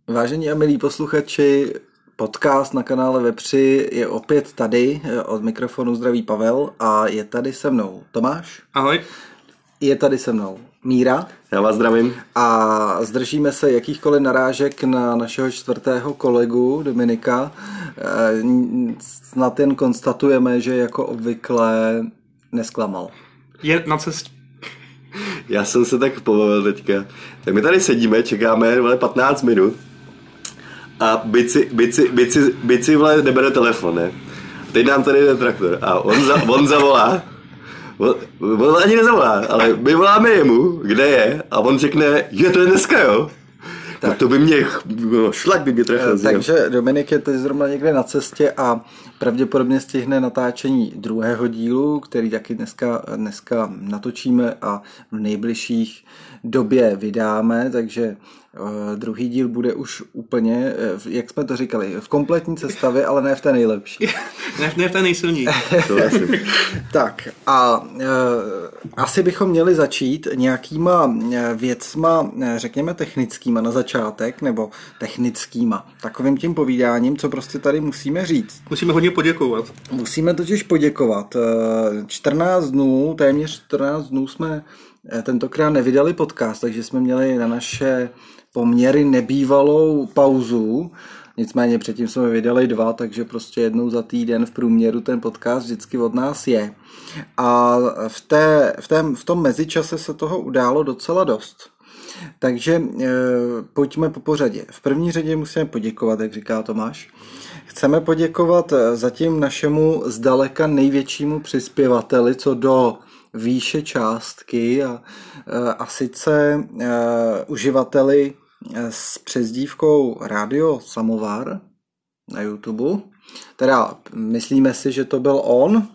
Vážení a milí posluchači, podcast na kanále Vepři je opět tady, od mikrofonu zdraví Pavel a je tady se mnou Tomáš. Ahoj. Je tady se mnou Míra. Já vás zdravím. A zdržíme se jakýchkoliv narážek na našeho čtvrtého kolegu Dominika. Snad jen konstatujeme, že jako obvykle nesklamal. Je na cestě. Já jsem se tak pobavil teďka. Tak my tady sedíme, čekáme 15 minut a Bici vole nebere telefon, ne? Teď nám tady jde traktor a on zavolá. On ani nezavolá, ale my voláme jemu, kde je, a on řekne, že to je dneska, jo? Tak to by mě, šlak by mě trefil. Takže Dominik je teď zrovna někde na cestě a pravděpodobně stihne natáčení druhého dílu, který taky dneska natočíme a v nejbližších době vydáme, takže druhý díl bude už úplně, jak jsme to říkali, v kompletní sestavě, ale ne v té nejlepší. Ne v té nejsilnější. Tak a asi bychom měli začít nějakýma věcma, řekněme technickýma na začátek, nebo technickýma, takovým tím povídáním, co prostě tady musíme říct. Musíme hodně poděkovat. Musíme totiž poděkovat. 14 dnů, téměř 14 dnů jsme tentokrát nevydali podcast, takže jsme měli na naše poměry nebývalou pauzu. Nicméně předtím jsme vydali 2, takže prostě jednou za týden v průměru ten podcast vždycky od nás je. A v tom mezičase se toho událo docela dost. Takže pojďme po pořadě. V první řadě musíme poděkovat, jak říká Tomáš. Chceme poděkovat zatím našemu zdaleka největšímu přispěvateli, co do výše částky a sice uživateli s přezdívkou Radio Samovar na YouTube. Teda myslíme si, že to byl on.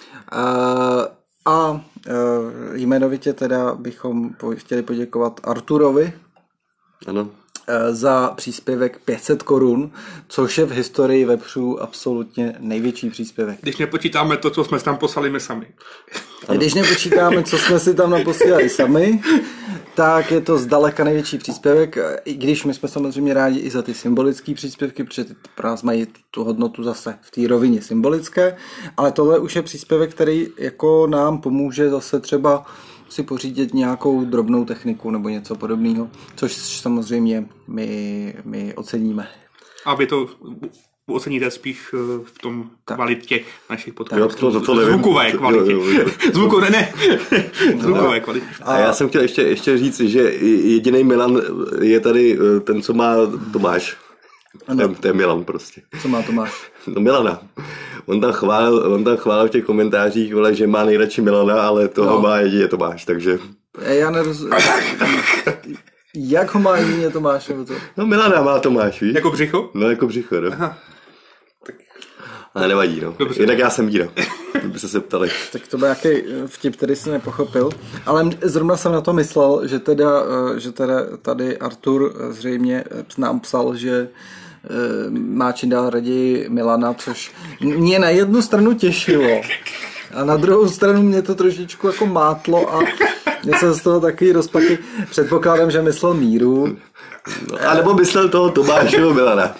A jmenovitě teda bychom chtěli poděkovat Arturovi. Ano. Za příspěvek 500 korun, což je v historii Vepřů absolutně největší příspěvek. Když nepočítáme to, co jsme tam poslali my sami. Když nepočítáme, co jsme si tam naposílali sami, tak je to zdaleka největší příspěvek, i když my jsme samozřejmě rádi i za ty symbolické příspěvky, protože ty pro nás mají tu hodnotu zase v té rovině symbolické, ale tohle už je příspěvek, který jako nám pomůže zase třeba si pořídit nějakou drobnou techniku nebo něco podobného, což samozřejmě my oceníme. A vy to oceníte spíš v tom kvalitě našich podcastů. Zvukové kvalitě. Zvukové kvalitě. A já jsem chtěl ještě říct, že jediný Milan je tady ten, co má Tomáš. To je Milan prostě. Co má Tomáš? No Milana. On tam chválil v těch komentářích, vole, že má nejradši Milana, ale toho má jedině Tomáš, takže... Já nerozumím. Jak ho má jedině Tomáš? Nebo to? No Milana má Tomáš, víš? Jako břicho? No jako břicho, no. Aha. Tak. Ale nevadí, no. Dobře. Jinak já jsem Míra, kdybyste se ptali. Tak to byl nějaký vtip, který jsem nepochopil. Ale zrovna jsem na to myslel, že teda tady Artur zřejmě nám psal, že má čím dál raději Milana, což mě na jednu stranu těšilo. A na druhou stranu mě to trošičku jako mátlo a mě se z toho takový rozpaky. Předpokládám, že myslel Míru. No, a nebo myslel toho Tomášeho Milana.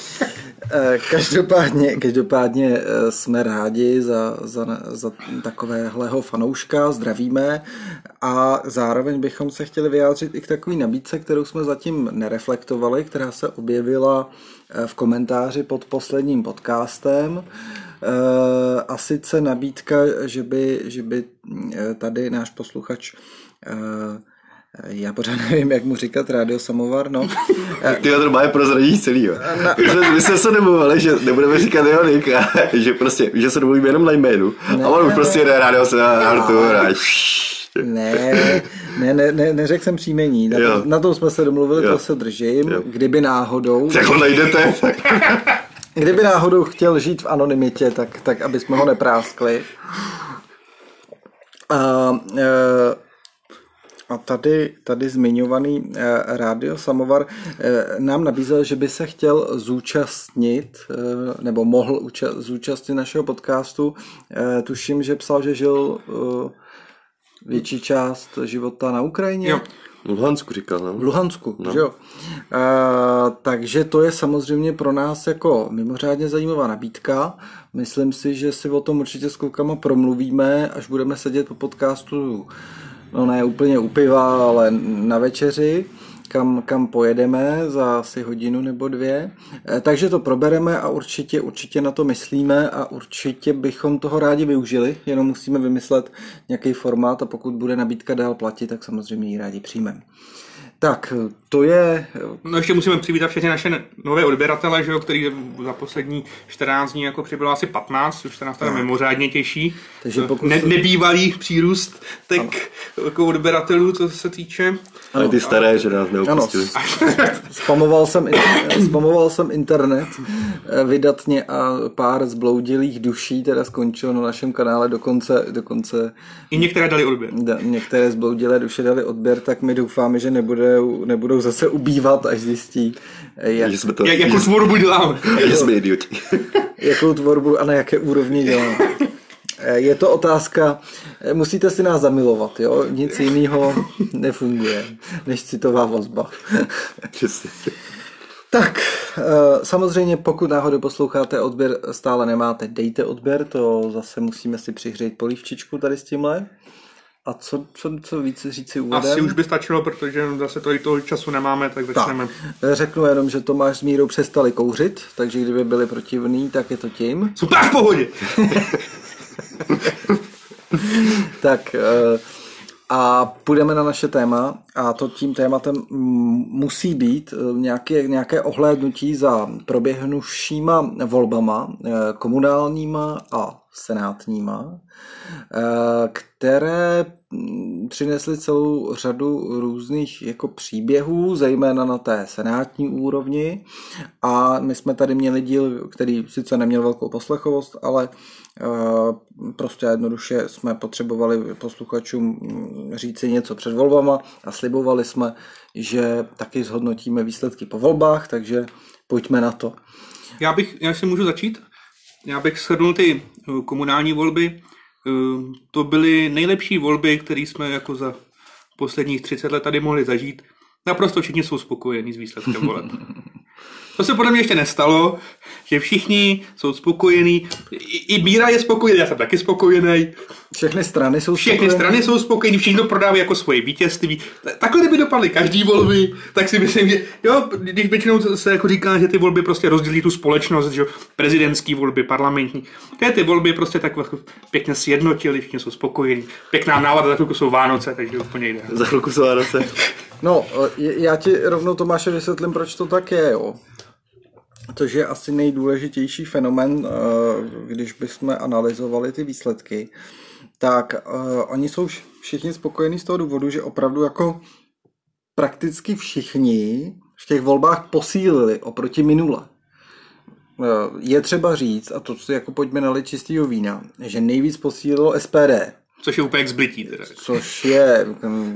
Každopádně jsme rádi za takovéhleho fanouška, zdravíme a zároveň bychom se chtěli vyjádřit i k takové nabídce, kterou jsme zatím nereflektovali, která se objevila v komentáři pod posledním podcastem. A sice nabídka, že by tady náš posluchač, já pořád nevím, jak mu říkat, Radio Samovar, no. Ty to má prozradíš celý, jo. My jsme se domluvili, že nebudeme říkat jeho nick, že prostě, že se domluvíme jenom na jménu. A on už prostě jde Radio Samovar. Neřekl jsem příjmení. Na tom jsme se domluvili, to se držím. Kdyby náhodou... Tak ho najdete. Kdyby náhodou chtěl žít v anonymitě, tak aby jsme ho nepráskli. A tady zmiňovaný Radio Samovar nám nabízel, že by se chtěl zúčastnit, nebo mohl zúčastnit našeho podcastu. Tuším, že psal, že žil větší část života na Ukrajině. Jo. V Luhansku říkal, no. V Luhansku, že jo. Takže to je samozřejmě pro nás jako mimořádně zajímavá nabídka. Myslím si, že si o tom určitě s klukama promluvíme, až budeme sedět po podcastu, no ne úplně u piva, ale na večeři, kam pojedeme za asi hodinu nebo 2. Takže to probereme a určitě na to myslíme a určitě bychom toho rádi využili, jenom musíme vymyslet nějaký formát a pokud bude nabídka dál platit, tak samozřejmě ji rádi přijmeme. Tak, to je... No ještě musíme přivítat všechny naše nové odběratele, že jo, který za poslední 14 dní jako přibylo asi 15, už se nás teda mimořádně těší. Takže pokud... nebývalý přírůst tak jako odběratelů, co se týče. Ale ty staré, že nás neopustili. Spamoval jsem internet vydatně a pár zbloudilých duší teda skončilo na našem kanále dokonce... I některé dali odběr. Některé zbloudilé duše dali odběr, tak my doufáme, že nebudou zase ubývat, až zjistí, jakou tvorbu děláme. Že jsme idioti. Jakou tvorbu a na jaké úrovni děláme. Je to otázka, musíte si nás zamilovat, jo? Nic jiného nefunguje, než citová vazba. Tak, samozřejmě pokud náhodou posloucháte odběr, stále nemáte, dejte odběr, to zase musíme si přihřít polívčičku tady s tímhle. A co víc říci úvodem? Asi už by stačilo, protože zase toho času nemáme, tak začneme. Tak, řeknu jenom, že Tomáš s Mírou přestali kouřit, takže kdyby byli protivní, tak je to tím. Super, v pohodě! Tak a půjdeme na naše téma a to tím tématem musí být nějaké ohlédnutí za proběhnuvšíma volbama komunálníma a senátníma, které přinesly celou řadu různých jako příběhů, zejména na té senátní úrovni. A my jsme tady měli díl, který sice neměl velkou poslechovost, ale prostě jednoduše jsme potřebovali posluchačům říci něco před volbama a slibovali jsme, že taky zhodnotíme výsledky po volbách, takže pojďme na to. Já si můžu začít? Já bych shrnul ty komunální volby. To byly nejlepší volby, které jsme jako za posledních 30 let tady mohli zažít. Naprosto všichni jsou spokojení s výsledkem voleb. To se podle mě ještě nestalo, že všichni jsou spokojení. I Míra je spokojený, já jsem taky spokojený. Všechny strany jsou spokojení, všichni to prodávají jako svoje vítězství. Takhle kdyby dopadly každý volby, tak si myslím, že jo, když většinou se jako říká, že ty volby prostě rozdělí tu společnost, že prezidentský volby, parlamentní. Ty volby prostě tak pěkně sjednotili, všichni jsou spokojení. Pěkná nálada, za chvilku jsou Vánoce, takže úplně jde. Za chvilku jsou Vánoce. No, já ti rovnou, Tomáše, vysvětlím, proč to tak je, jo. Což je asi nejdůležitější fenomén, když bychom analyzovali ty výsledky, tak oni jsou všichni spokojení z toho důvodu, že opravdu jako prakticky všichni v těch volbách posílili oproti minule. Je třeba říct, a to si jako pojďme nalít čistýho vína, že nejvíc posílilo SPD. Což je úplně k zblití. Teda. Což je...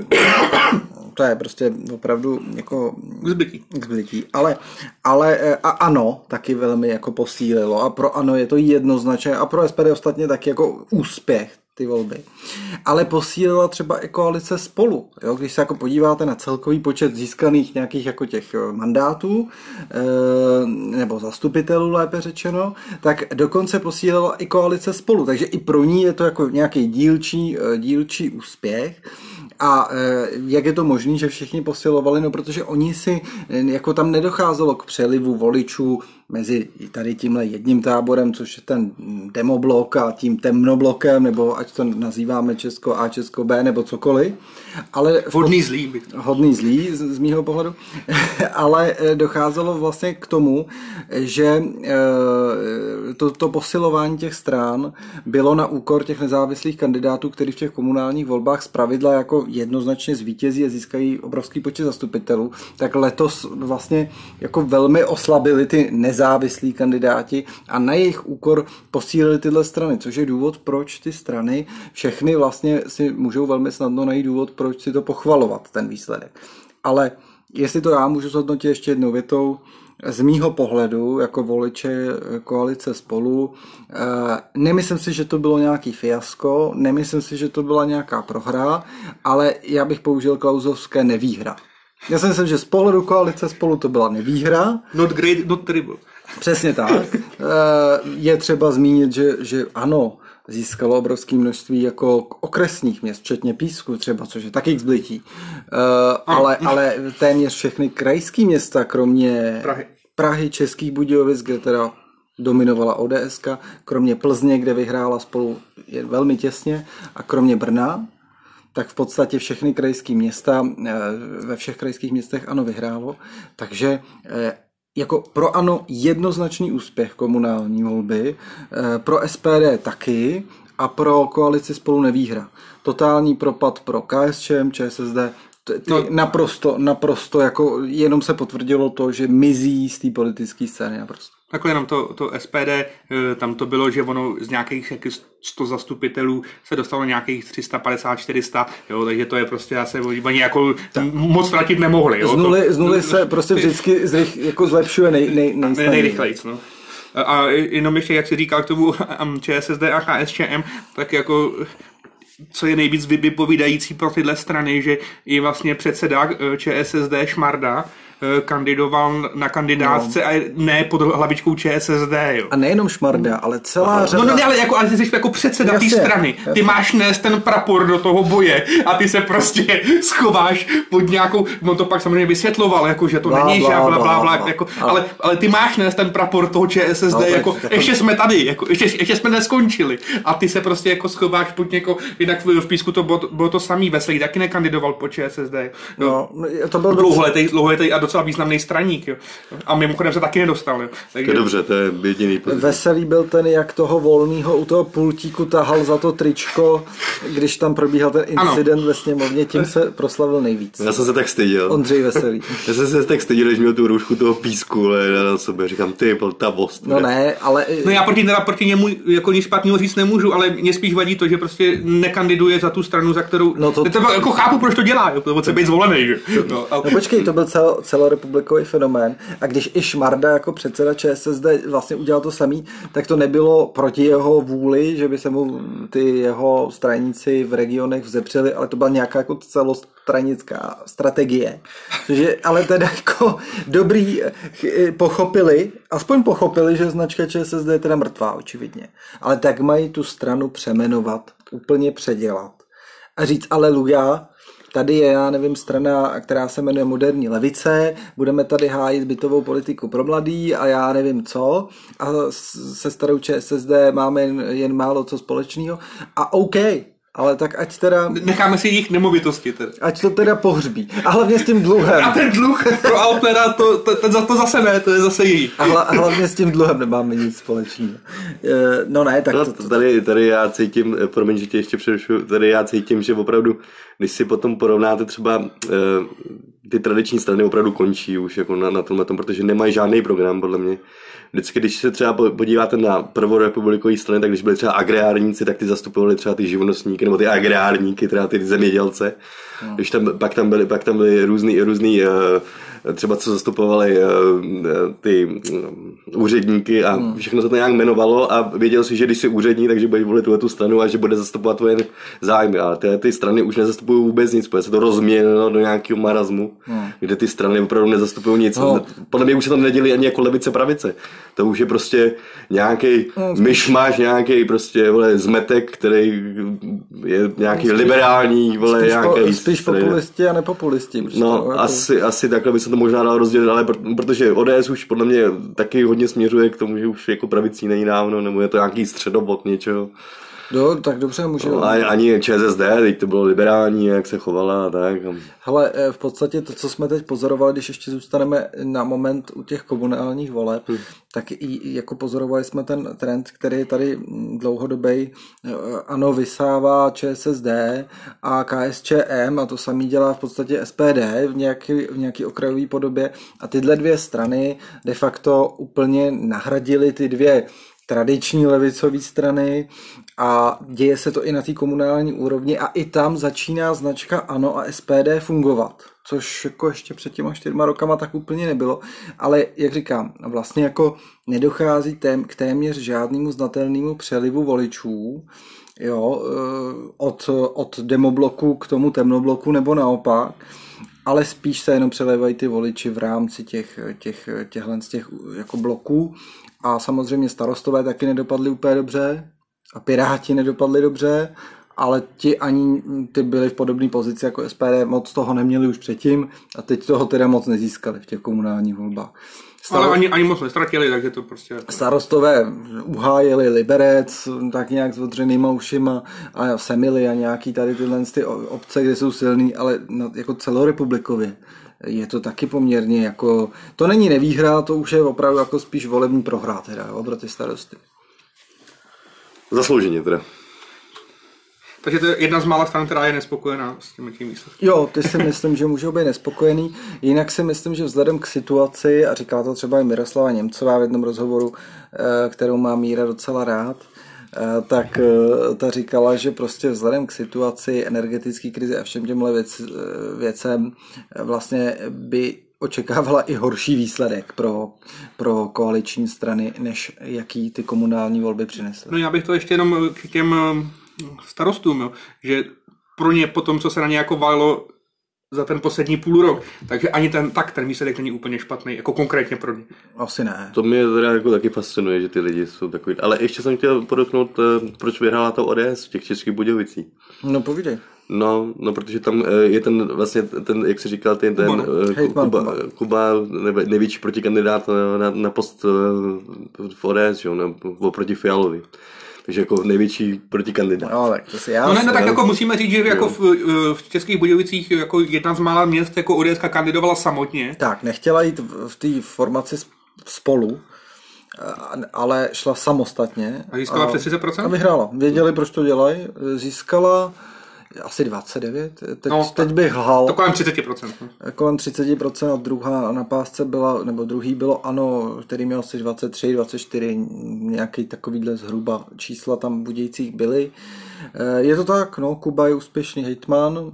To je prostě opravdu jako... K zblití. Ale a ANO taky velmi jako posílilo. A pro ANO je to jednoznačně. A pro SPD ostatně taky jako úspěch ty volby. Ale posílila třeba i koalice Spolu. Jo? Když se jako podíváte na celkový počet získaných nějakých jako těch mandátů, nebo zastupitelů lépe řečeno, tak dokonce posílila i koalice Spolu. Takže i pro ní je to jako nějaký dílčí úspěch. A jak je to možné, že všichni posilovali? No, protože oni si, jako tam nedocházelo k přelivu voličů mezi tady tímhle jedním táborem, což je ten demoblok a tím temnoblokem, nebo ať to nazýváme Česko A, Česko B, nebo cokoliv. Ale hodný zlý z mýho pohledu. Ale docházelo vlastně k tomu, že to posilování těch stran bylo na úkor těch nezávislých kandidátů, kteří v těch komunálních volbách zpravidla jako jednoznačně zvítězí a získají obrovský počet zastupitelů, tak letos vlastně jako velmi oslabili ty nezávislí kandidáti a na jejich úkor posílili tyhle strany, což je důvod, proč ty strany všechny vlastně si můžou velmi snadno najít důvod, proč si to pochvalovat, ten výsledek. Ale jestli to já můžu zhodnotit ještě jednou větou, z mýho pohledu jako voliče koalice Spolu, nemyslím si, že to bylo nějaký fiasko, nemyslím si, že to byla nějaká prohra, ale já bych použil klausovské nevýhra. Já si myslím, že z pohledu koalice Spolu to byla nevýhra. Not great, not terrible. Přesně tak. Je třeba zmínit, že ano, získalo obrovské množství jako okresních měst, včetně Písku třeba, což je taky zblití. Ale téměř všechny krajské města, kromě Prahy, Českých Budějovic, kde teda dominovala ODS, kromě Plzně, kde vyhrála Spolu je velmi těsně, a kromě Brna, tak v podstatě všechny krajské města, ve všech krajských městech ANO vyhrálo. Takže jako pro ANO jednoznačný úspěch komunální volby, pro SPD taky a pro koalici Spolu nevýhra. Totální propad pro KSČM, ČSSD, naprosto jako jenom se potvrdilo to, že mizí z té politické scény naprosto. Takhle jenom to SPD, tam to bylo, že ono z nějakých 100 zastupitelů se dostalo nějakých 350-400, jo, takže to je prostě asi, oni jako moc vrátit nemohli. Jo, z nuly se prostě vždycky jako zlepšuje nejrychlejc. No. A jenom ještě, jak jsi říkal k tomu ČSSD a KSČM, tak jako co je nejvíc vypovídající pro tyhle strany, že i vlastně předseda ČSSD Šmarda kandidoval na kandidátce a ne pod hlavičkou ČSSD, jo. A nejenom Šmarda, ale celá řada... No, ale ty jsi jako předseda té strany. Jasně. Ty máš nést ten prapor do toho boje a ty se prostě schováš pod nějakou... On to pak samozřejmě vysvětloval, jako, že to není žádná jako, ale ty máš nést ten prapor toho ČSSD, no, jako, ještě jsme tady, jako, ještě jsme neskončili. A ty se prostě jako schováš pod někoho, jinak v Písku to bylo to samý, Veselý taky nekandidoval po ČSSD. No, to byl dlouholetý a docela významný straník, jo. A mimochodem se taky nedostal, jo. Takže... To je dobře, to je jediný pozitiv. Veselý byl ten, jak toho Volnýho u toho pultíku tahal za to tričko, když tam probíhal ten incident ve sněmovně, tím se proslavil nejvíc. Já jsem se tak styděl. Ondřej Veselý. Já jsem se tak styděl, když měl tu roušku toho Písku, ale na sobě říkám, ty, Vltavost. No ne, ale... No já proti němu jako nic špatného říct nemůžu, ale mě spíš vadí to, že prostě nekandiduje za tu stranu, za kterou... No to jako chápu, proč to dělá, jo, to chce být zvolený, jo. No počkej, to byl celorepublikový fenomén, a když i Šmarda jako předseda ČSSD vlastně udělal to samý, tak to nebylo proti jeho vůli, že by se mu ty jeho straníci v regionech vzepřeli, ale to byla nějaká jako celostranická strategie. Takže, ale teda jako dobrý aspoň pochopili, že značka ČSSD je teda mrtvá, očividně. Ale tak mají tu stranu přemenovat, úplně předělat a říct aleluja. Tady je, já nevím, strana, která se jmenuje Moderní levice, budeme tady hájit bytovou politiku pro mladý a já nevím co. A se starou ČSSD máme jen málo co společného. A OK, ale tak ať teda... Necháme si jejich nemovitosti teda. Ať to teda pohřbí. A hlavně s tím dluhem. A ten dluh pro Altnera, to zase ne, to je zase její. A hlavně s tím dluhem nemáme nic společného. No ne, tak to... Tady já cítím, promiň, že tě ještě přerušuju, tady já cítím, že opravdu, když si potom porovnáte třeba ty tradiční strany opravdu končí už jako na tomhle tom, protože nemají žádný program, podle mě. Vždycky, když se třeba podíváte na prvorepublikové strany, tak když byli třeba agrárníci, tak ty zastupovali třeba ty živnostníky, nebo ty agrárníky, teda ty zemědělce. Když pak tam byly různý třeba co zastupovali ty úředníky a všechno se to nějak jmenovalo a věděl si, že když jsi úředník, takže budeš volit tu stranu a že bude zastupovat tvoje zájmy. A ty strany už nezastupují vůbec nic, protože se to rozměnilo do nějakého marazmu, kde ty strany opravdu nezastupují nic. Podle mě už se tam nedělí ani jako levice pravice. To už je prostě nějaký myšmaš, nějaký prostě zmetek, který je nějaký liberální, spíš populisti a nepopulisti. No, asi takhle by se to možná dalo rozdělit, ale protože ODS už podle mě taky hodně směřuje k tomu, že už jako pravicí není dávno, nebo je to nějaký středobod něčeho. No, tak dobře, můžeme. No, ani ČSSD, teď to bylo liberální, jak se chovala a tak. Hele, v podstatě to, co jsme teď pozorovali, když ještě zůstaneme na moment u těch komunálních voleb, tak i jako pozorovali jsme ten trend, který je tady dlouhodobý. ANO vysává ČSSD a KSČM a to samý dělá v podstatě SPD v nějaký okrajové podobě a tyhle dvě strany de facto úplně nahradily ty dvě tradiční levicové strany a děje se to i na té komunální úrovni a i tam začíná značka ANO a SPD fungovat, což jako ještě před těma 4 rokama tak úplně nebylo, ale jak říkám, vlastně jako nedochází k téměř žádnému znatelnému přelivu voličů, jo, od demobloku k tomu temnobloku nebo naopak, ale spíš se jenom přelévají ty voliči v rámci těchhle jako bloků a samozřejmě starostové taky nedopadli úplně dobře a Piráti nedopadli dobře, ale ty byli v podobné pozici jako SPD, moc toho neměli už předtím a teď toho teda moc nezískali v těch komunálních volbách. Ale ani moc nestratili, takže to prostě... Starostové uhájili Liberec tak nějak s odřenýma ušima a Semily a nějaký tady tyhle ty obce, kde jsou silný, ale jako celorepublikově je to taky poměrně jako... To není nevýhra, to už je opravdu jako spíš volební prohra teda, jo, pro ty starosty. Zaslouženě teda. Takže to je jedna z mála stran, která je nespokojená s tím výsledkem. Jo, ty si myslím, že můžou být nespokojený. Jinak si myslím, že vzhledem k situaci, a říkala to třeba i Miroslava Němcová v jednom rozhovoru, kterou má Míra docela rád, tak ta říkala, že prostě vzhledem k situaci, energetické krizi a všem těmhle věcem vlastně by očekávala i horší výsledek pro koaliční strany, než jaký ty komunální volby přinesly. No já bych to ještě jenom k těm starostům, jo, že pro ně po tom, co se na ně jako válilo za ten poslední půl rok, takže ani ten výsledek není úplně špatný, jako konkrétně pro ně. Asi ne. To mě teda jako taky fascinuje, že ty lidi jsou takový. Ale ještě jsem chtěl podotknout, proč vyhrála to ODS v těch Českých Budějovicích. No povídej. No, protože tam je ten, jak jsi říkal, Kuba největší protikandidát na post v ODS, jo, oproti Fialovi. Takže jako největší protikandidát. No, tak to si já. No, tak jako musíme říct, že jako v Českých Budějovicích jako jedna z mála měst jako ODSka kandidovala samotně. Tak, nechtěla jít v té formaci spolu, ale šla samostatně. A získala přes 30%? A vyhrála. Věděli, proč to dělají. Získala asi 29. Teď bych lhal. To kolem 30%. Kolem 30% a druhá na pásce byla, nebo druhý bylo ANO, který měl asi 23, 24, nějaký takovýhle zhruba čísla tam v Budějcích byly. Je to tak, no, Kuba je úspěšný hejtman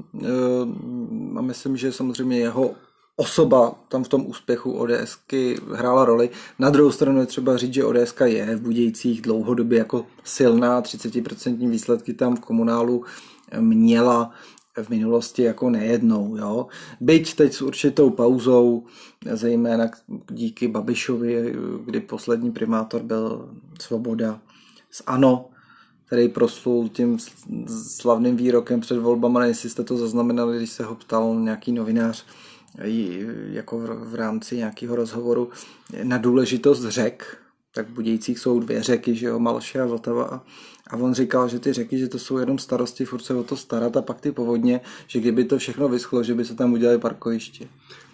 a myslím, že samozřejmě jeho osoba tam v tom úspěchu ODSky hrála roli. Na druhou stranu je třeba říct, že ODSka je v Budějcích dlouhodobě jako silná, 30% výsledky tam v komunálu měla v minulosti jako nejednou. Jo? Byť teď s určitou pauzou, zejména díky Babišovi, kdy poslední primátor byl Svoboda z ANO, který proslul tím slavným výrokem před volbama, jestli jste to zaznamenali, když se ho ptal nějaký novinář jako v rámci nějakého rozhovoru na důležitost řek, tak v Budějcích jsou 2 řeky, že jo, Malše a Vltava. A on říkal, že ty řeky, že to jsou jenom starosti, furt se o to starat a pak ty povodně, že kdyby to všechno vyschlo, že by se tam udělali parkoviště.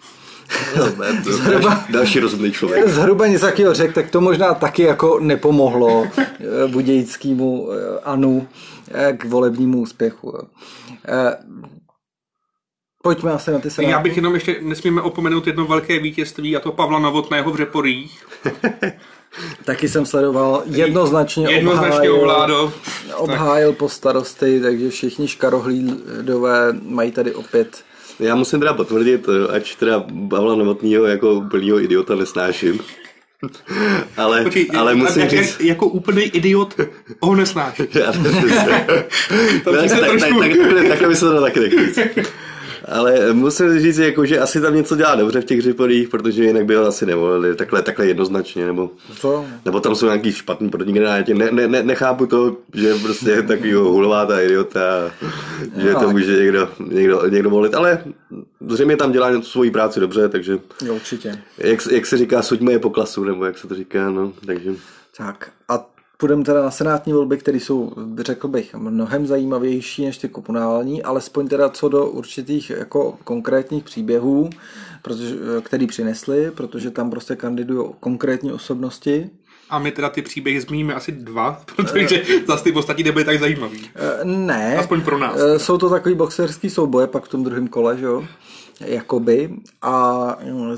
Další rozumný člověk. Zhruba něco takového řek, tak to možná taky jako nepomohlo budějskému ANO k volebnímu úspěchu. Pojďme asi na ty senáty. Já bych jenom ještě, nesmíme opomenout jedno velké vítězství, a to Pavla Novotného v Řeporích. Taky jsem sledoval, jednoznačně obhájil po starosty, takže všichni škarohlídové mají tady opět. Já musím teda potvrdit, ač teda Pavla Novotného jako úplnýho idiota nesnáším. ale musím říct... Jako úplný idiot ho nesnáším. Takhle by se to taky říct. Ale musím říct, jako, že asi tam něco dělá dobře v těch Řeporích, protože jinak by ho asi nevolili takhle jednoznačně, nebo tam jsou nějaký špatný protikandidáti. Nechápu to, že prostě je takovýho hulováta idiota, že to může někdo volit, ale zřejmě tam dělá svoji práci dobře, takže... Jo, určitě. Jak se říká, suďme je po klasu, nebo jak se to říká, no, takže... Tak a půjdeme teda na senátní volby, které jsou, řekl bych, mnohem zajímavější než ty komunální, alespoň teda co do určitých jako konkrétních příběhů, který přinesli, protože tam prostě kandidují konkrétní osobnosti. A my teda ty příběhy zmíníme asi 2, protože zase ty ostatní nebyly tak zajímavý. Ne. Aspoň pro nás. Jsou to takový boxerský souboje pak v tom druhém kole, že jo? jakoby, a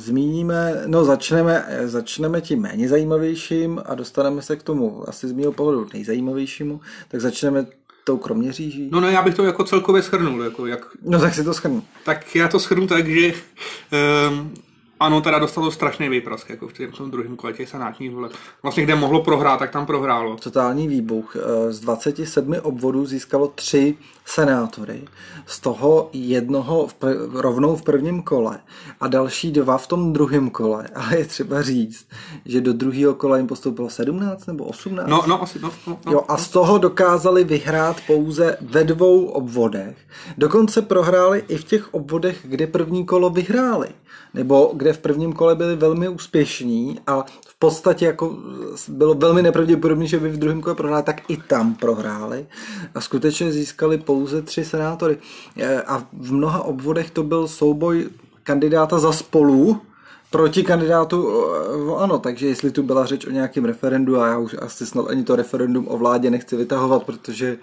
začneme tím méně zajímavějším a dostaneme se k tomu asi z mého pohledu nejzajímavějšímu, tak začneme tou Kroměříží. No, já bych to jako celkově shrnul. No tak si to shrnu. Tak já to shrnu tak, že ANO teda dostalo strašný výprask jako v tom druhém kole těch senátních voleb. Vlastně kde mohlo prohrát, tak tam prohrálo. Totální výbuch. Z 27 obvodů získalo 3 senátory. Z toho jednoho rovnou v prvním kole a další 2 v tom druhém kole. Ale je třeba říct, že do druhého kola jim postoupilo 17 nebo 18. No. Jo, a z toho dokázali vyhrát pouze ve 2 obvodech. Dokonce prohráli i v těch obvodech, kde první kolo vyhráli. Nebo kde v prvním kole byli velmi úspěšní a v podstatě jako bylo velmi nepravděpodobné, že by v druhém kole prohráli, tak i tam prohráli a skutečně získali pouze 3 senátory. A v mnoha obvodech to byl souboj kandidáta za Spolu proti kandidátu ANO, takže jestli tu byla řeč o nějakém referendu, a já už asi snad ani to referendum o vládě nechci vytahovat, protože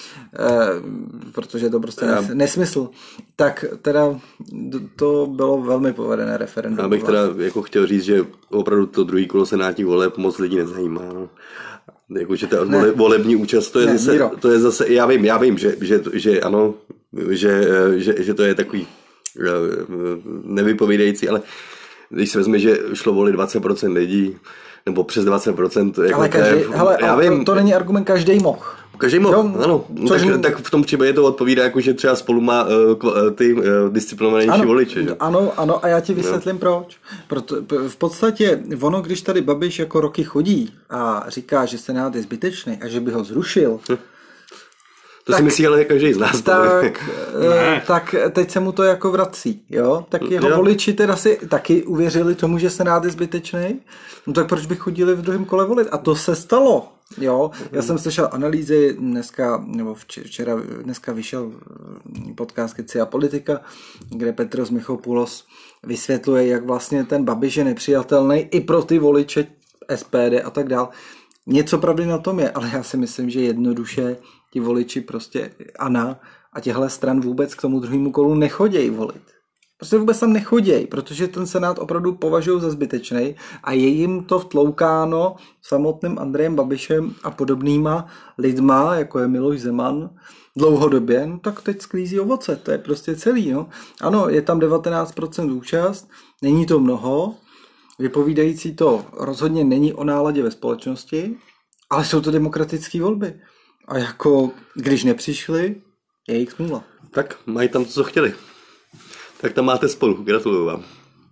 je to prostě nesmysl. Tak teda to bylo velmi povedené referendum. Já bych teda jako chtěl říct, že opravdu to druhý kolo senátních voleb moc lidí nezajímá. No. Jakože ta volební účast, to je zase, já vím, že ano, že to je takový nevypovídající, ale když se vezme, že šlo volit 20% lidí, nebo přes 20%. Jako ale to není argument, každý mohl. Každý mohl, ano. Tak v tom případě to odpovídá, jako, že třeba Spolu má ty disciplinovanější voliče. Že? Ano, a já ti vysvětlím proč. V podstatě ono, když tady Babiš jako roky chodí a říká, že Senát je zbytečný a že by ho zrušil, to si myslí ale každý z nás. Tak teď se mu to jako vrací, jo? Tak jeho voliči teda si taky uvěřili tomu, že Senát je zbytečný. No tak proč by chodili v druhém kole volit? A to se stalo. Jo, já jsem slyšel analýzy dneska vyšel podcast Keci a politika, kde Petros Michopoulos vysvětluje, jak vlastně ten Babiš je nepřijatelný i pro ty voliče SPD a tak dál. Něco pravdy na tom je, ale já si myslím, že jednoduše ti voliči prostě ANO a těchto stran vůbec k tomu druhému kolu nechodějí volit. Prostě vůbec tam nechodějí, protože ten Senát opravdu považují za zbytečný a je jim to vtloukáno samotným Andrejem Babišem a podobnýma lidma, jako je Miloš Zeman, dlouhodobě, no tak teď sklízí ovoce, to je prostě celý. No. Ano, je tam 19% účast, není to mnoho, vypovídající to rozhodně není o náladě ve společnosti, ale jsou to demokratické volby. A jako, když nepřišli, je jich smůla. Tak mají tam to, co chtěli. Tak tam máte Spolu, gratuluju vám.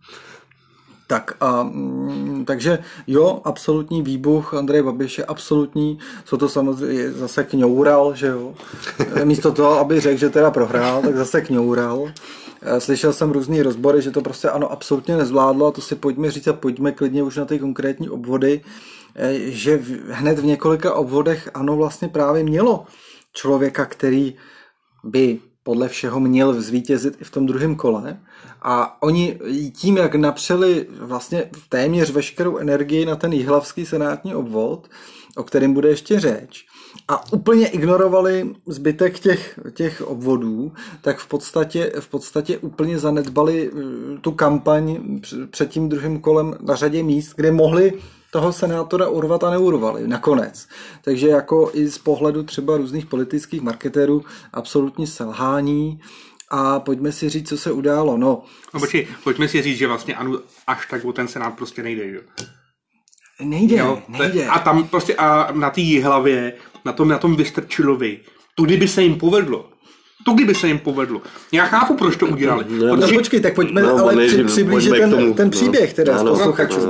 Takže jo, absolutní výbuch Andreje Babiše, absolutní, co to samozřejmě zase kňoural, že jo. Místo toho, aby řekl, že teda prohrál, tak zase kňoural. Slyšel jsem různý rozbory, že to prostě ANO absolutně nezvládlo a to si pojďme říct a pojďme klidně už na ty konkrétní obvody, že hned v několika obvodech ANO vlastně právě mělo člověka, který by podle všeho měl zvítězit i v tom druhém kole a oni tím, jak napřeli vlastně téměř veškerou energii na ten jihlavský senátní obvod, o kterém bude ještě řeč, a úplně ignorovali zbytek těch obvodů, tak v podstatě úplně zanedbali tu kampaň před tím druhým kolem na řadě míst, kde mohli toho senátora urvat a neurvali nakonec. Takže jako i z pohledu třeba různých politických marketérů absolutní selhání a pojďme si říct, co se událo. No pojďme si říct, že vlastně ANO až tak o ten senát prostě nejde. Jo? Nejde. A tam prostě a na té Jihlavě, na tom Vystrčilovi, to kdyby se jim povedlo. Já chápu, proč to udělali. No počkej, tak pojďme přiblížit ten příběh, teda z posluchačů.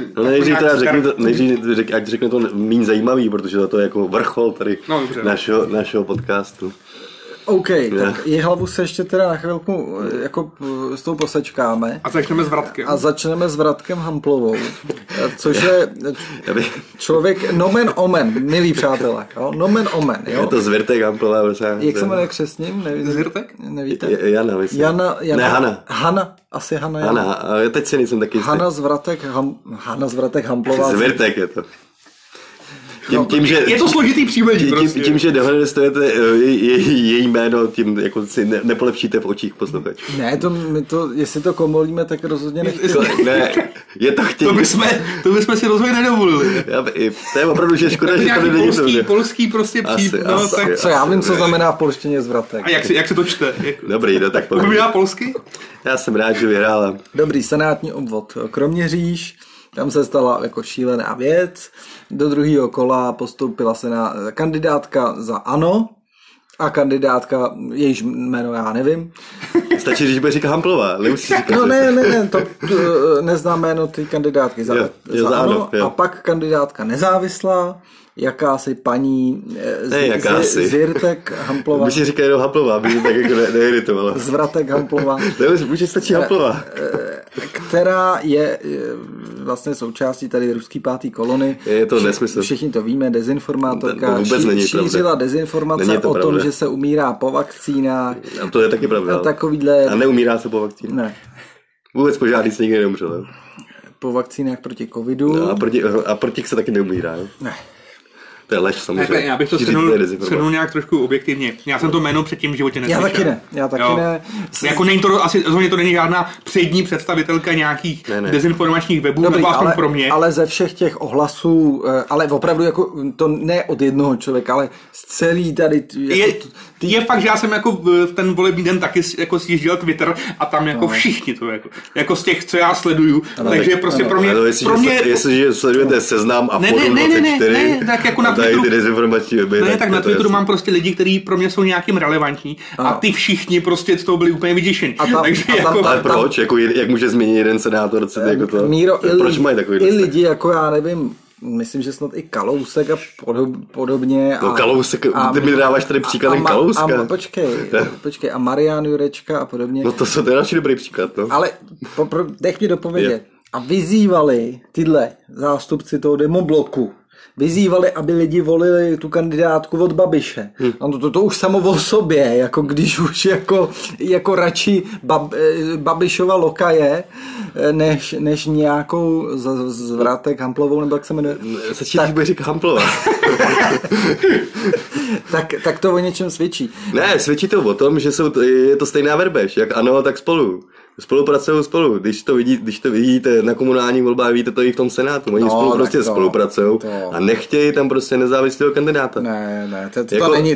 Ať řekne to méně zajímavý, protože to je jako vrchol tady našeho podcastu. OK, tak Jihlavu se ještě teda na chvilku jako s tou posečkáme. A začneme s Vratkem. Hamplovou, což je člověk nomen omen, milí přátelé, jo? Nomen omen. Jo? Je to Zvirtek Hamplová. Jak se jmenuje křestním? Zvirtek? Nevíte? Jana, myslím. Ne, Hana. Hana, asi Hana. Hana, ale teď si nejsem taky jistý. Hana Zvratek Hamplová. Zvirtek je to. Je to složitý příjmení prostě. Tím, že dehonestujete její jméno, tím jako si nepolepšíte v očích posluchačů. Ne, jestli to komolíme, tak rozhodně nechci. Ne, je to chtění. To bychom si rozhodně nedovolili. To je opravdu, že škoda, že tady není polský prostě Co já vím, co znamená v polštině zvratek. A jak se to čte? Dobrý, no tak povím. Já polsky? Já jsem rád, že vyhrála. Dobrý, senátní obvod Kroměříž. Tam se stala jako šílená věc. Do druhého kola postoupila kandidátka za ANO a kandidátka, jejíž jméno já nevím. Stačí, když bude říkat Hamplová. No ne, to neznám jméno ty kandidátky za ANO. A pak kandidátka nezávislá, jakási paní Zirtek Hamplová. Můžeš říkat jenom Hamplová, aby tak jako neiritovala. Zvratek Hamplová. Může stačí Hamplová. Která je vlastně součástí tady ruský pátý kolony. Je to nesmysl. Všichni to víme, dezinformátorka. Šířila dezinformace o tom, že se umírá po vakcínách. A to je taky pravda. A neumírá se po vakcínách. Ne. Vůbec po žádný se nikdy neumřel. Po vakcínách proti covidu. No, a proti se taky neumírá. Ne. To je lež samozřejmě. Já bych to shrnul nějak trošku objektivně. Já jsem to jméno předtím v životě neslyšel. Já taky ne. Jako není to, asi to není žádná přední představitelka nějakých dezinformačních webů, nebo aspoň pro mě. Ale ze všech těch ohlasů, ale opravdu jako to ne od jednoho člověka, ale z celý tady... Je fakt, že já jsem jako v ten volební den taky jako sjížděl Twitter a tam jako všichni to jako z těch, co já sleduju. Takže prostě pro mě... Jestliže sledujete Seznam a Forum 24, ne, tak jako na Twitteru, ty dezinformační weby, tak na Twitteru mám prostě lidi, kteří pro mě jsou nějakým relevantní a ty všichni prostě z toho byli úplně vyděšení. Ale proč? Jak může změnit jeden senátor? Jako to? Míro, proč mají takový i lidi jako já nevím, myslím, že snad i Kalousek a podobně. No Kalousek, ty mi dáváš tady příklad Kalouska. Počkej, a Marian Jurečka a podobně. No to je další dobrý příklad, no. Ale nech mě dopovědět. A vyzývali tyhle zástupci toho demobloku, vyzývali, aby lidi volili tu kandidátku od Babiše. To už samo o sobě, jako když už jako radši Babišova lokaje, než nějakou Zvratek Hamplovou, nebo jak se jmenuje. Tak bych říkal Hamplová. tak to o něčem svědčí. Ne, svědčí to o tom, že je to stejná verbež, jak ANO, tak Spolu. Spolupracují spolu. Když to vidíte na komunálních volbách, vidíte to i v tom Senátu. Oni spolu prostě spolupracují a nechtějí tam prostě nezávislého kandidáta. Ne, to není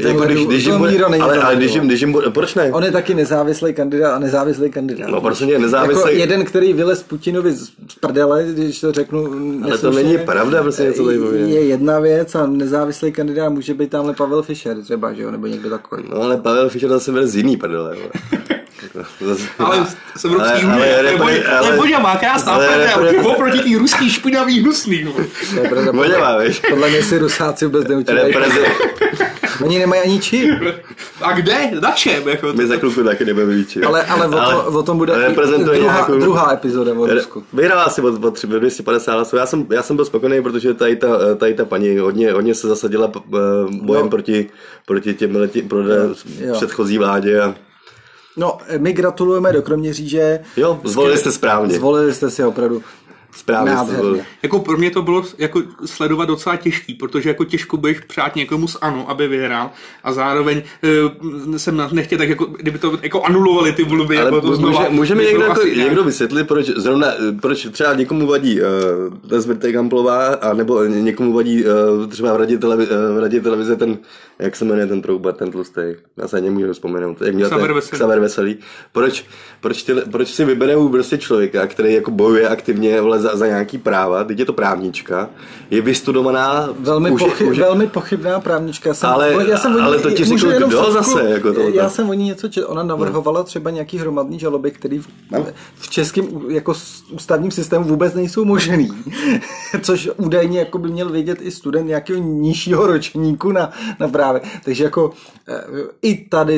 proč ne? On je taky nezávislý kandidát. No prostě nezávislý. Jako jeden, který vylez Putinovi z prdele, když to řeknu. Ale to není pravda, prostě něco tady povědět. Je jedna věc a nezávislý kandidát může být tamhle Pavel Fischer třeba, že jo, nebo někdo takový. No ale Pavel Fischer zase vylez z jiný prdele. Ale z Evropský unie. To je Voďa, krásná prdel. Oproti tý ruský špinavý hnusný. Podle mě si Rusáci vůbec neučili. Oni nemají ani čip. A kde? Na čem? Jako my za chvilku taky nebudeme víči. Ale o tom bude druhá epizoda o Rusku. Vyhrává asi o 250 hlasů. Já jsem byl spokojený, protože tady ta paní hodně se zasadila bojem proti těm předchozí vládě. No, my gratulujeme do Kroměříže. Jo, zvolili jste správně. Zvolili jste si opravdu správně. Jako pro mě to bylo jako sledovat docela těžký, protože jako těžko budeš přát někomu z ANO, aby vyhrál a zároveň jsem nechtěl tak jako, kdyby to jako anulovali ty volby. Ale jako může mi někdo vysvětlit, proč třeba někomu vadí Zvratek Hamplová, a nebo někomu vadí třeba v radě televize ten, jak se jmenuje ten trouba, ten tlustej, já se nemůžu vzpomenout. Xaver Veselý. Proč si vyberou prostě člověka, který jako bojuje aktivně za nějaký práva, teď je to právnička, je vystudovaná... Velmi pochybná právnička. Ale to ti řekl kdo zase? Jako já jsem o ní něco četl, ona navrhovala třeba nějaký hromadný žaloby, který v českém jako ústavním systému vůbec nejsou možný. Což údajně jako by měl vědět i student nějakého nižšího ročníku na právě. Takže jako i tady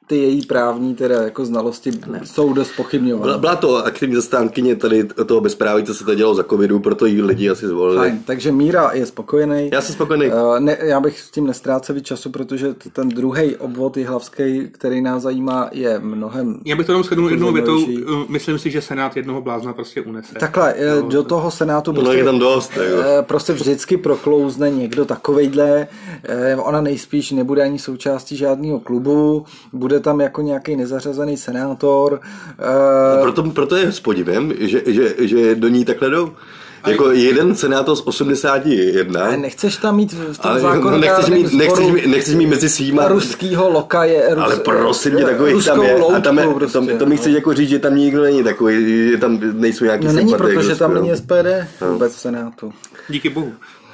ty její právní teda jako znalosti jsou dost pochybňované. Byla to aktivní zastánkyně tady toho bezpráví, co se to dělalo za covidu, proto jí lidi asi zvolili. Fajn, takže Míra je spokojený. Já jsem spokojený. Já bych s tím nestrácel víc času, protože ten druhý obvod jihlavský, který nás zajímá, je mnohem... Já bych to jenom shrnul jednou větou. Myslím si, že Senát jednoho blázna prostě unese. Takhle, do toho Senátu prostě, je tam dost, prostě vždycky proklouzne někdo takovejhle. Ona nejspíš nebude ani součástí žádného klubu, bude tam jako nějaký nezařazený senátor. Proto je s podivem, že do ní takhle jdou. Jako jeden senátor z 81. Ale nechceš tam mít v tom zákonodárném nechceš mít mezi svýma. Ruskýho loka je... Ale prosím tě, takových tam je. A tam to mi chceš jako říct, že tam nikdo není takový, že tam nejsou nějaký sympatie. Není, protože tam není SPD vůbec v Senátu. Díky bohu.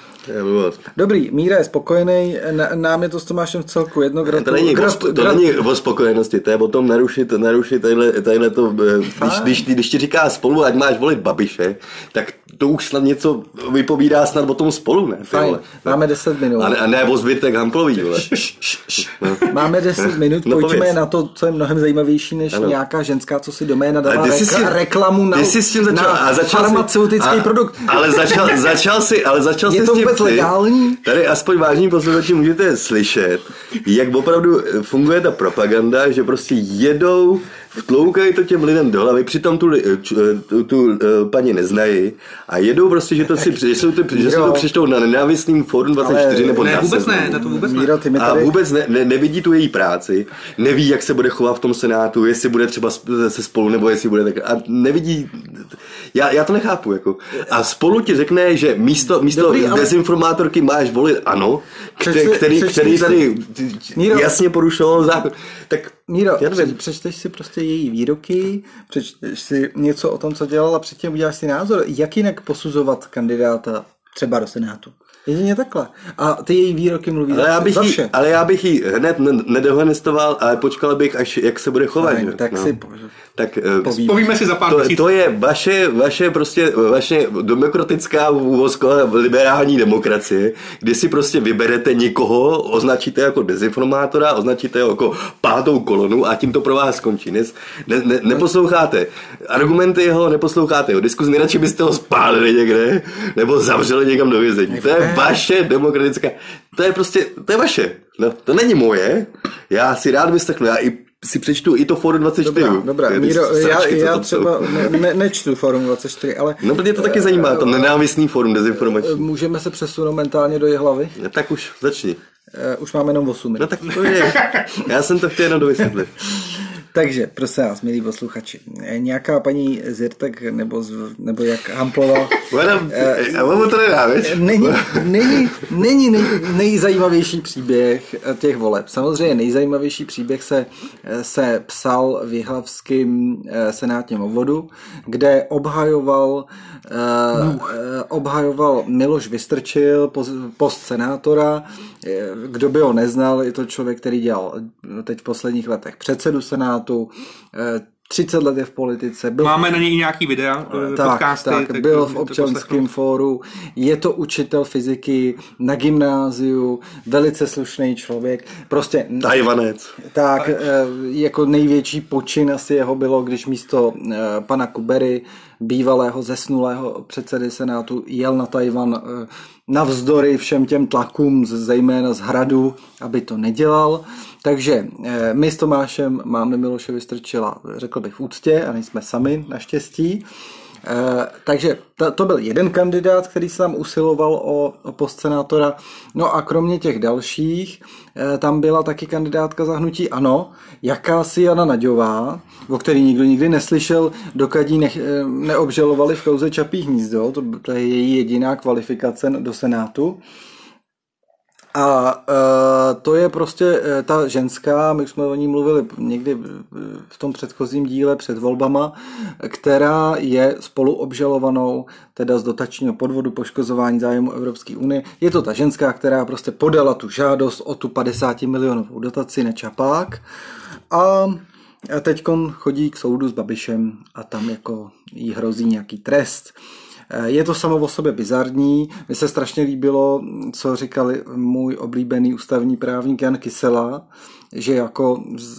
Dobrý, Míra je spokojený, nám je to s Tomášem v celku jedno. To není o spokojenosti, to je o tom narušit tadyhle to, když ti říká Spolu, ať máš volit Babiše, tak to už snad něco vypovídá snad o tom Spolu, ne? Fajn, máme 10 minut. A ne o Zbytek Hamplový, vole. No. Máme 10 minut, pojďme na to, co je mnohem zajímavější než nějaká ženská, co si doména dala reklamu na farmaceutický produkt. Ale začal si je to vůbec legální? Tady aspoň vážní posluchači můžete slyšet, jak opravdu funguje ta propaganda, že prostě jedou, vtloukají to těm lidem do hlavy, přitom tu paní neznají a jedou prostě, že se to přečtou na nenávistným Fórum 24 nebo ne, vůbec ne, to vůbec Míro, ne. A vůbec nevidí tu její práci, neví, jak se bude chovat v tom Senátu, jestli bude třeba se Spolu, nebo jestli bude tak, a nevidí, já to nechápu, jako. A Spolu ti řekne, že místo dezinformátorky máš volit ANO, který tady jasně porušoval zákon. Tak Míro, přečteš si prostě její výroky, přečteš si něco o tom, co dělala, předtím uděláš si názor, jak jinak posuzovat kandidáta třeba do Senátu. Jedině takhle. A ty její výroky mluví za vše. Ale já bych ji hned nedohonestoval, ale počkal bych, až jak se bude chovat. Fajn, tak si povíme si za pár měsíců. To je vaše demokratická liberální demokracie, kdy si prostě vyberete někoho, označíte jako dezinformátora, označíte jako pátou kolonu a tím to pro vás skončí. Neposloucháte argumenty jeho, neposloucháte jeho diskuzi, nejradši byste ho spálili někde, nebo zavřeli někam do vězení. To je vaše demokratická, to je vaše. No, to není moje, já si rád vyslechnu, já si přečtu i to Fórum 24. Dobrá, Míro, já třeba nečtu Fórum 24, ale... No, protože to taky zajímá, to nenávistný fórum dezinformační. Můžeme se přesunout mentálně do Jihlavy? No, tak už začni. Už máme jenom 8 minut. No tak to je. Já jsem to chtěl jenom dovysvětlit. Takže, prosím vás, milí posluchači, nějaká paní Zirtek nebo jak Hamplová... Já vám to nedá, veď? Není nejzajímavější příběh těch voleb. Samozřejmě nejzajímavější příběh se psal v jihlavském senátním obvodu, kde obhajoval Miloš Vystrčil, post senátora. Kdo by ho neznal, je to člověk, který dělal teď v posledních letech předsedu Senátu, 30 let je v politice. Máme na něj nějaký videa, podcasty. Tak byl v občanském fóru, je to učitel fyziky na gymnáziu, velice slušný člověk. Prostě... Tajvanec. Tak, jako největší počin asi jeho bylo, když místo pana Kubery, bývalého zesnulého předsedy Senátu, jel na Tajvan navzdory všem těm tlakům, zejména z Hradu, aby to nedělal. Takže my s Tomášem máme Miloše Vystrčila, řekl bych, v úctě a nejsme sami, naštěstí. Takže to byl jeden kandidát, který se tam usiloval o post senátora. No a kromě těch dalších, tam byla taky kandidátka za hnutí ANO, jakási Jana Naďová, o který nikdo nikdy neslyšel, dokud ji neobžalovali v kauze Čapí hnízdo, to je její jediná kvalifikace do Senátu. A to je prostě ta ženská, my jsme o ní mluvili někdy v tom předchozím díle před volbama, která je spoluobžalovanou teda z dotačního podvodu poškozování zájmu Evropské unie. Je to ta ženská, která prostě podala tu žádost o tu 50 milionovou dotaci na Čapák a teďkon chodí k soudu s Babišem a tam jako jí hrozí nějaký trest. Je to samo o sobě bizarní. Mně se strašně líbilo, co říkal můj oblíbený ústavní právník Jan Kysela, že jako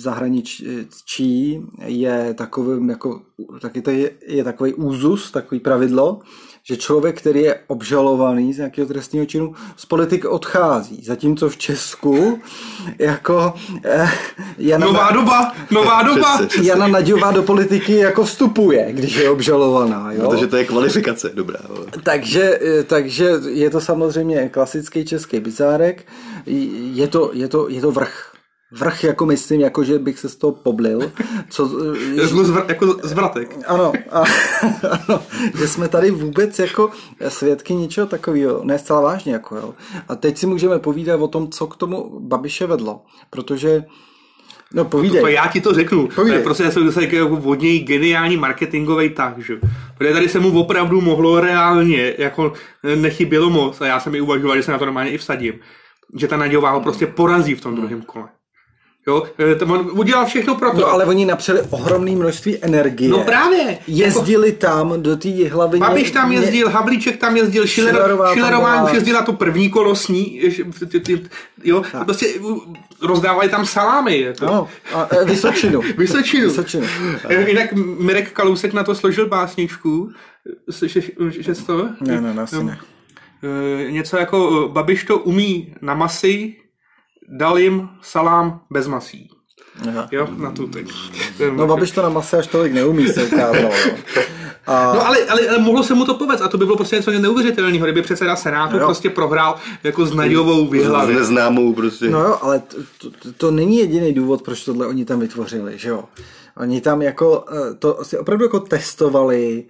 zahraničí je takovým, jako, taky to je takový úzus, takový pravidlo, že člověk, který je obžalovaný z nějakého trestního činu, z politiky odchází. Zatímco v Česku jako Nová doba. Jana Naďová do politiky jako vstupuje, když je obžalovaná. Jo? Protože to je kvalifikace, dobrá. Takže je to samozřejmě klasický český bizárek. Je to vrch. Vrch, jako myslím, jako že bych se z toho poblil. Jako zvratek. Ano, že jsme tady vůbec jako svědky něčeho takového, ne zcela vážně. Jako, jo. A teď si můžeme povídat o tom, co k tomu Babiše vedlo. Protože, no povídej. To já ti to řeknu. Povídej. To je prostě jako od něj geniální marketingový tah, že? Protože tady se mu opravdu mohlo reálně, jako nechybělo moc, a já jsem i uvažoval, že se na to normálně i vsadím, že ta Naďová ho prostě porazí v tom druhém kole. Jo, on udělal všechno pro to. No ale oni napřeli ohromné množství energie. No právě. Jezdili jako tam do té Jihlavině. Babiš tam jezdil, Havlíček tam jezdil, Schillerová už jezdila to první kolo s ní. Jo, prostě rozdávali tam salámy. Jako. No, a Vysočinu. Vysočinu. Jinak Mirek Kalousek na to složil básničku. Že to? Ne, asi ne. Něco jako Babiš to umí na masy, dal jim salám bez masí. Aha. Jo, na tu teď. No Babiš to na masy až tolik neumí, se ukázalo. No ale mohlo se mu to povést a to by bylo prostě něco neuvěřitelného, kdyby předseda Senátu prostě prohrál jako s Naďovou Vyhlavě. Neznámou prostě. No jo, ale to není jediný důvod, proč tohle oni tam vytvořili, že jo. Oni tam jako to si opravdu jako testovali,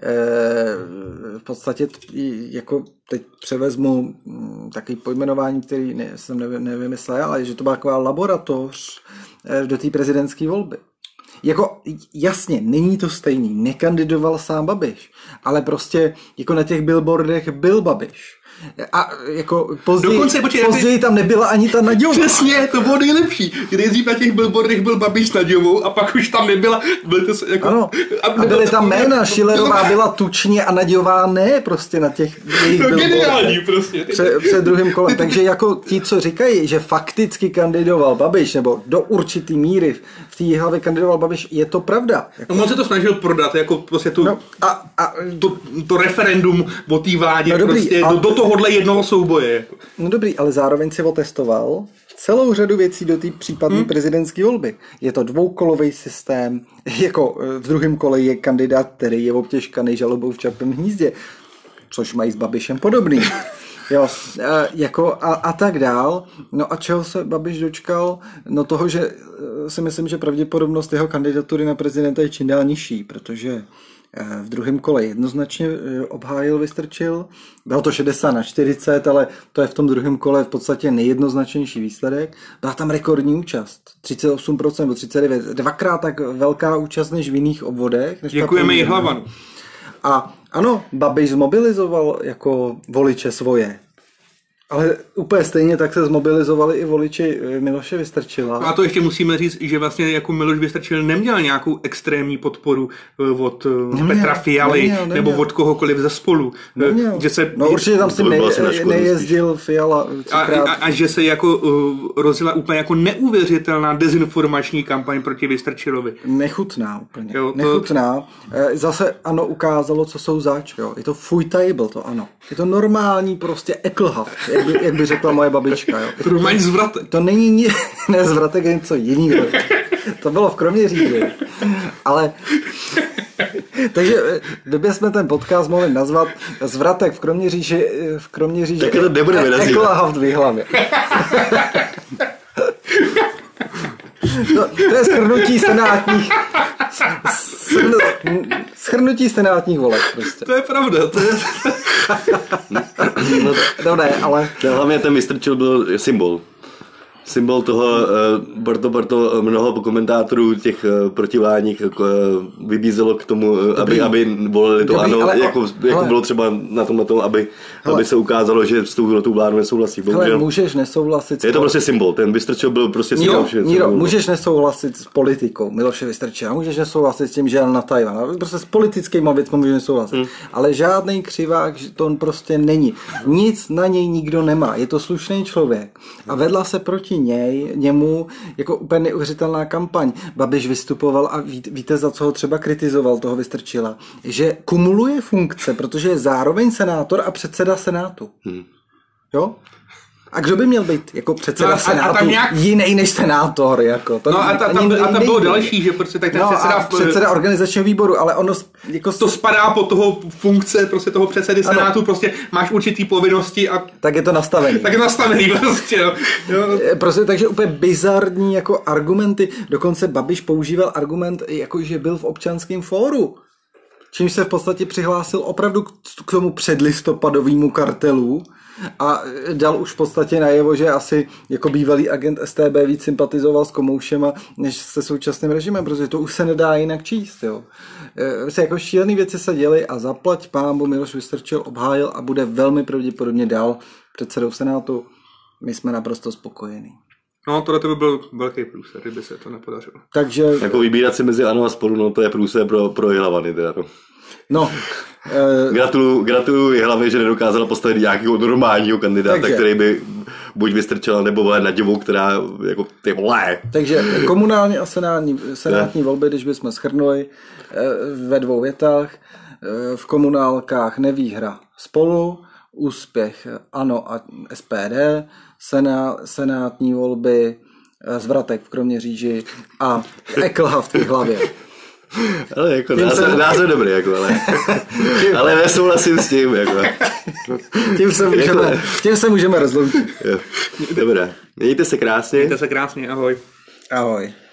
v podstatě jako teď převezmu takový pojmenování, který jsem nevymyslel, ale že to byla taková laboratoř do té prezidentské volby. Jako jasně, není to stejný, nekandidoval sám Babiš, ale prostě jako na těch billboardech byl Babiš. A jako později tam nebyla ani ta Naďová. Přesně, to bylo nejlepší. Nejdřív na těch billboardech byl Babiš s Naďovou a pak už tam nebyla. Jako, ano. A byly tam jména, Schillerová byla tučně a Naďová ne, prostě na těch jejich billboardech. Geniální prostě. Před druhým kolem. Takže jako ti, co říkají, že fakticky kandidoval Babiš, nebo do určitý míry v té hlavě kandidoval Babiš, je to pravda. Jako... No, on se to snažil prodat, jako prostě to referendum o té vládě, no, prostě do tohohle jednoho souboje. No dobrý, ale zároveň si otestoval celou řadu věcí do té případné prezidentské volby. Je to dvoukolový systém, jako v druhém kole je kandidát, který je obtěžkaný žalobou v Čapím hnízdě, což mají s Babišem podobný. Jo, jako a tak dál. No a čeho se Babiš dočkal? No toho, že si myslím, že pravděpodobnost jeho kandidatury na prezidenta je čím dál nižší, protože v druhém kole jednoznačně obhájil Vystrčil. Bylo to 60-40, ale to je v tom druhém kole v podstatě nejjednoznačnější výsledek. Byla tam rekordní účast. 38% nebo 39%. Dvakrát tak velká účast než v jiných obvodech. Děkujeme Jihlavanu. A ano, Babiš zmobilizoval jako voliče svoje. Ale úplně stejně tak se zmobilizovali i voliči Miloše Vystrčila. A to ještě musíme říct, že vlastně jako Miloš Vystrčil neměl nějakou extrémní podporu od Petra Fialy nebo od kohokoliv ze Spolu. Že se, no určitě tam si nejezdil Fiala. A že se jako rozjela úplně jako neuvěřitelná dezinformační kampaň proti Vystrčilovi. Nechutná úplně. Jo, nechutná. Zase ano ukázalo, co jsou zač. Jo. Je to fujtable, to ano. Je to normální prostě eklhaft. Jak by řekla moje babička. Jo. Zvratek. To není ne zvratek, je něco jiného. To bylo v Kroměříži. Ale takže kdyby jsme ten podcast mohli nazvat Zvratek v Kroměříži tak to nebudeme nazývat. Eklahaft v Jihlavě. To je shrnutí senátních voleb prostě. To je pravda. No ne, ale... Hlavně ten Vystrčil byl symbol toho, proto mnoho komentátorů těch protivládních vybízelo k tomu, aby volili to ano, jako bylo třeba na tom, aby se ukázalo, že s tou vládou nesouhlasí. Ale můžeš nesouhlasit. Je to prostě symbol, ten Vystrčil byl prostě symbol. Míro, můžeš nesouhlasit s politikou Miloše Vystrčila, můžeš nesouhlasit s tím, že jel na Tajvan, prostě s politickými věcmi můžeš nesouhlasit, ale žádný křivák, to on prostě není. Nic na něj nikdo nemá, je to slušný člověk a vedla se proti němu jako úplně neuvěřitelná kampaň. Babiš vystupoval a víte, za co ho třeba kritizoval, toho Vystrčila, že kumuluje funkce, protože je zároveň senátor a předseda Senátu. Jo? A kdo by měl být jako předseda Senátu jiný než senátor? Jako? To a tam bylo další, že prostě tak ten předseda organizačního výboru, ale ono jako to spadá pod toho funkce prostě toho předsedy Senátu, prostě máš určitý povinnosti a tak je to nastavený. Prostě, jo. Prostě takže úplně bizarní jako argumenty, dokonce Babiš používal argument, jako že byl v občanském fóru. Čímž se v podstatě přihlásil opravdu k tomu předlistopadovému kartelu a dal už v podstatě najevo, že asi jako bývalý agent StB víc sympatizoval s Komoušema než se současným režimem, protože to už se nedá jinak číst. Jo. Jako šílený věci se děly a zaplať pánbu Miloš Vystrčil obhájil a bude velmi pravděpodobně dál předsedou Senátu. My jsme naprosto spokojení. No, tohle to by byl velký průser, kdyby se to nepodařilo. Takže... Jako vybírat si mezi ANO a Spolu, no to je průser pro Jihlavany teda. No. Gratuluju Jihlavě, že nedokázala postavit nějakého normálního kandidáta, který by buď Vystrčila nebo vole Naďovou, která jako ty vole. Takže komunální a senátní volby, když bychom shrnuli ve 2 větách, v komunálkách nevýhra Spolu, úspěch ANO a SPD, senátní volby, zvratek v Kroměříži a Eklha v té hlavě. Ale jako název dobrý, jako, ale nesouhlasím s tím. Jako. Tím se můžeme rozloučit. Dobré. Mějte se krásně. Ahoj. Ahoj.